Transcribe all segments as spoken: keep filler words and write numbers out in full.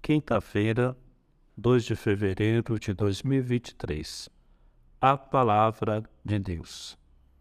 Quinta-feira, dois de fevereiro de dois mil e vinte e três. A Palavra de Deus.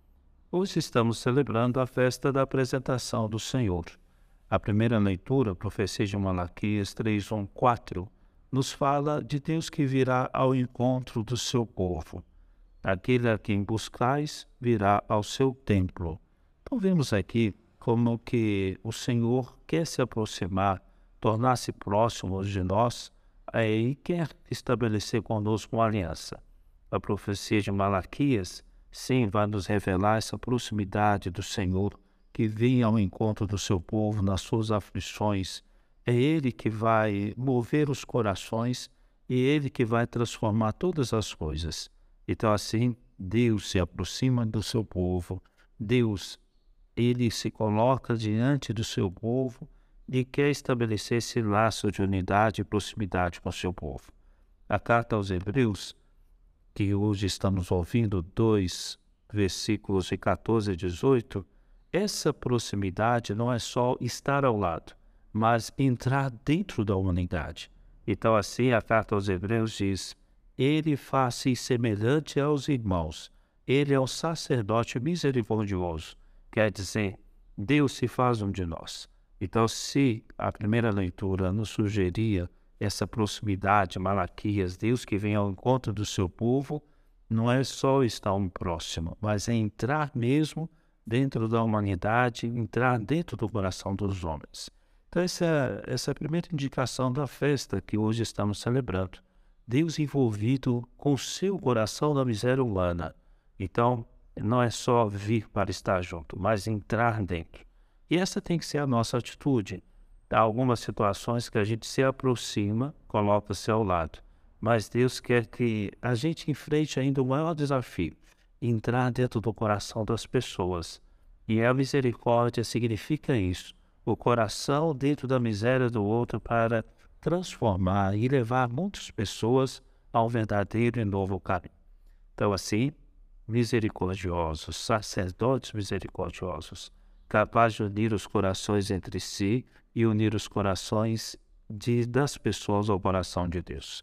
Hoje estamos celebrando a festa da apresentação do Senhor. A primeira leitura, profecia de Malaquias três, um, quatro, nos fala de Deus que virá ao encontro do seu povo. Aquele a quem buscais virá ao seu templo. Então vemos aqui como que o Senhor quer se aproximar, tornar-se próximo de nós e quer estabelecer conosco uma aliança. A profecia de Malaquias, sim, vai nos revelar essa proximidade do Senhor que vem ao encontro do seu povo nas suas aflições. É Ele que vai mover os corações e Ele que vai transformar todas as coisas. Então assim, Deus se aproxima do seu povo, Deus Ele se coloca diante do seu povo e quer estabelecer esse laço de unidade e proximidade com o seu povo. A carta aos Hebreus, que hoje estamos ouvindo, dois versículos de quatorze a dezoito, essa proximidade não é só estar ao lado, mas entrar dentro da humanidade. Então assim a carta aos Hebreus diz: Ele faz-se semelhante aos irmãos, Ele é o sacerdote misericordioso. Quer dizer, Deus se faz um de nós. Então, se a primeira leitura nos sugeria essa proximidade, Malaquias, Deus que vem ao encontro do seu povo, não é só estar um próximo, mas é entrar mesmo dentro da humanidade, entrar dentro do coração dos homens. Então, essa é, essa é a primeira indicação da festa que hoje estamos celebrando. Deus envolvido com o seu coração na miséria humana. Então, não é só vir para estar junto, mas entrar dentro. E essa tem que ser a nossa atitude. Há algumas situações que a gente se aproxima, coloca-se ao lado. Mas Deus quer que a gente enfrente ainda o maior desafio, entrar dentro do coração das pessoas. E a misericórdia significa isso, o coração dentro da miséria do outro para transformar e levar muitas pessoas ao verdadeiro e novo caminho. Então assim, misericordiosos, sacerdotes misericordiosos, capazes de unir os corações entre si e unir os corações de, das pessoas ao coração de Deus.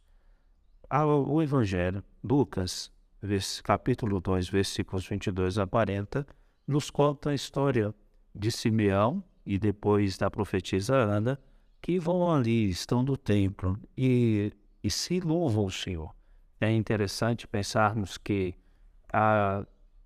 O Evangelho, Lucas, capítulo dois, versículos vinte e dois a quarenta, nos conta a história de Simeão e depois da profetisa Ana, que vão ali, estão no templo e, e se louvam o Senhor. É interessante pensarmos que a,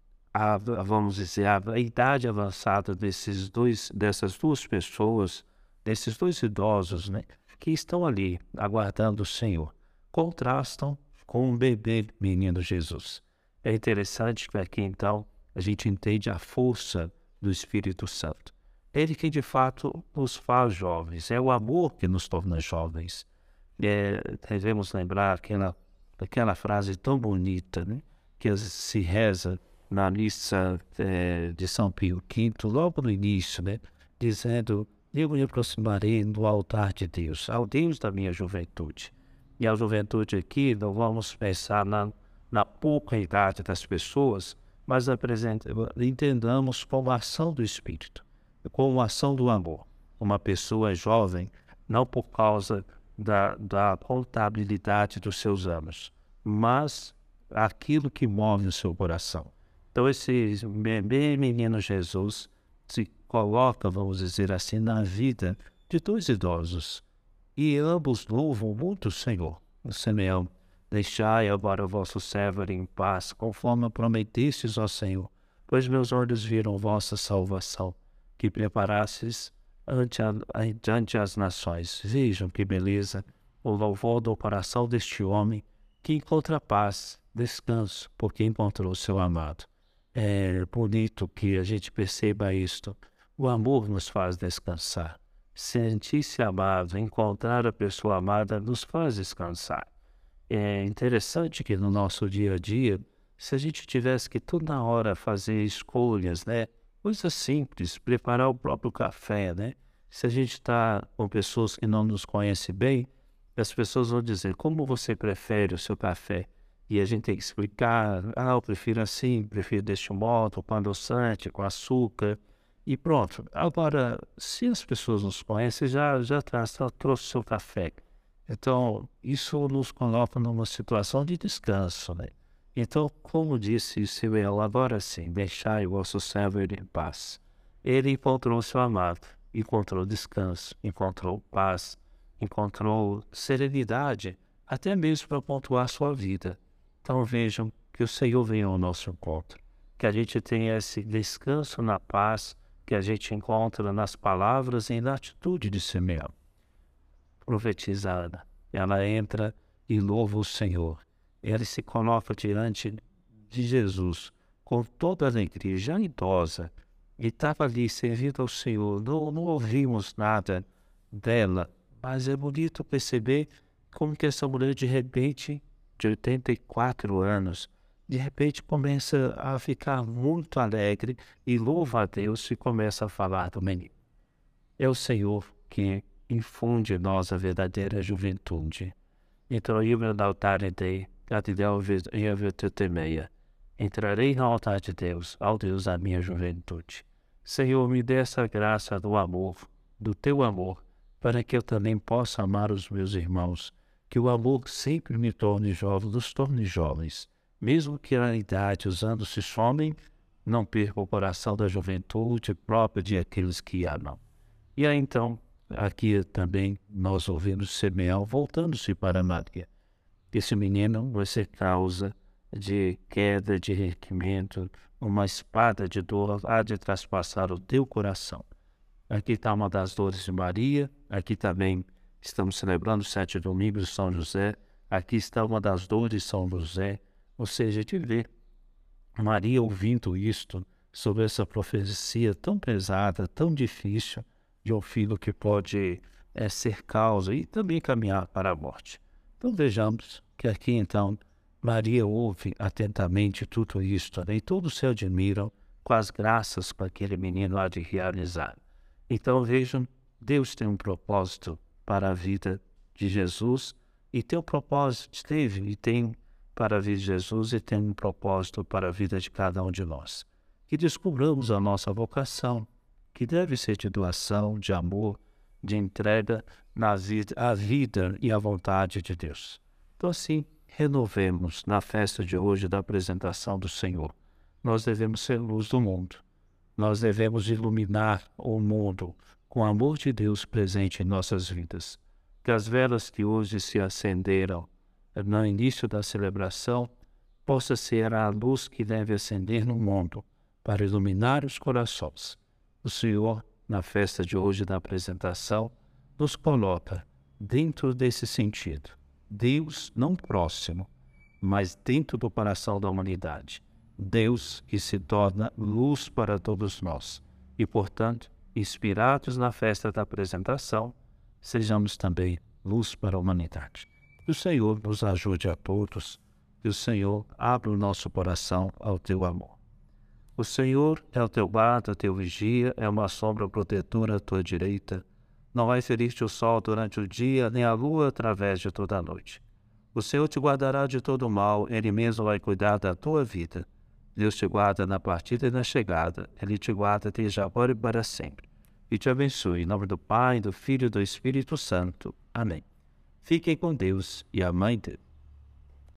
a, vamos dizer, a, a idade avançada desses dois, dessas duas pessoas, desses dois idosos, né, que estão ali aguardando o Senhor, contrastam com o bebê menino Jesus. É interessante que aqui então a gente entende a força do Espírito Santo. Ele que de fato nos faz jovens, é o amor que nos torna jovens. É, devemos lembrar aquela, aquela frase tão bonita, né, que se reza na missa é, de São Pio quinto, logo no início, né, dizendo: eu me aproximarei do altar de Deus, ao Deus da minha juventude. E a juventude aqui, não vamos pensar na, na pouca idade das pessoas, mas entendamos como a ação do Espírito, como a ação do amor. Uma pessoa jovem, não por causa da, da contabilidade dos seus anos, mas aquilo que move o seu coração. Então esse bebê menino Jesus se coloca, vamos dizer assim, na vida de dois idosos. E ambos louvam muito o Senhor. O Simeão: deixai agora o vosso servo ir em paz, conforme prometestes ao Senhor, pois meus olhos viram vossa salvação, que preparastes ante, a, ante as nações. Vejam que beleza, o louvor do coração deste homem, que encontra paz, descanso, porque encontrou seu amado. É bonito que a gente perceba isto. O amor nos faz descansar. Sentir-se amado, encontrar a pessoa amada nos faz descansar. É interessante que no nosso dia a dia, se a gente tivesse que toda hora fazer escolhas, né? Coisas simples, preparar o próprio café, né? Se a gente está com pessoas que não nos conhecem bem, as pessoas vão dizer: como você prefere o seu café? E a gente tem que explicar: ah, eu prefiro assim, prefiro deste modo, com adoçante, com açúcar. E pronto. Agora, se as pessoas nos conhecem, já, já, traz, já trouxe o seu café. Então, isso nos coloca numa situação de descanso, né? Então, como disse Simeão, agora sim, deixai o vosso servo ir em paz. Ele encontrou seu amado, encontrou descanso, encontrou paz, encontrou serenidade, até mesmo para pontuar sua vida. Então vejam que o Senhor venha ao nosso encontro, que a gente tenha esse descanso na paz que a gente encontra nas palavras e na atitude de Simeão. Profetiza Ana, ela entra e louva o Senhor. Ela se coloca diante de Jesus com toda alegria, já idosa, e estava ali servindo ao Senhor. Não, não ouvimos nada dela, mas é bonito perceber como que essa mulher, de repente, de oitenta e quatro anos, de repente começa a ficar muito alegre e louva a Deus e começa a falar do menino. É o Senhor que infunde em nós a verdadeira juventude. Então, eu me altar de Galileu e a virtude meia. Entrarei no altar de Deus, ao Deus da minha juventude. Senhor, me dê essa graça do amor, do teu amor, para que eu também possa amar os meus irmãos, que o amor sempre me torne jovem, nos torne jovens. Mesmo que a idade, os anos se somem, não perca o coração da juventude própria de aqueles que amam. E aí então, aqui também nós ouvimos Simeão voltando-se para Maria. Esse menino vai ser causa de queda, de erguimento, uma espada de dor há de traspassar o teu coração. Aqui está uma das dores de Maria, aqui também estamos celebrando os sete domingos de São José, aqui está uma das dores de São José, ou seja, de ver Maria ouvindo isto, sobre essa profecia tão pesada, tão difícil, de um filho que pode é, ser causa e também caminhar para a morte. Então vejamos que aqui então Maria ouve atentamente tudo isto, né? E todos se admiram com as graças que aquele menino há de realizar. Então vejam, Deus tem um propósito para a vida de Jesus e tem um propósito, teve e tem para a vida de Jesus e tem um propósito para a vida de cada um de nós. Que descobramos a nossa vocação, que deve ser de doação, de amor, de entrega na vida, à vida e à vontade de Deus. Então assim, renovemos na festa de hoje da apresentação do Senhor. Nós devemos ser luz do mundo. Nós devemos iluminar o mundo com o amor de Deus presente em nossas vidas. Que as velas que hoje se acenderam no início da celebração possa ser a luz que deve acender no mundo para iluminar os corações. O Senhor, na festa de hoje da apresentação, nos coloca dentro desse sentido. Deus não próximo, mas dentro do coração da humanidade. Deus que se torna luz para todos nós. E, portanto, inspirados na festa da apresentação, sejamos também luz para a humanidade. Que o Senhor nos ajude a todos, que o Senhor abra o nosso coração ao teu amor. O Senhor é o teu guarda, teu vigia, é uma sombra protetora à tua direita. Não vai ferir-te o sol durante o dia, nem a lua através de toda a noite. O Senhor te guardará de todo o mal, Ele mesmo vai cuidar da tua vida. Deus te guarda na partida e na chegada, Ele te guarda desde agora e para sempre. E te abençoe, em nome do Pai, do Filho e do Espírito Santo. Amém. Fiquem com Deus e a Mãe de Deus.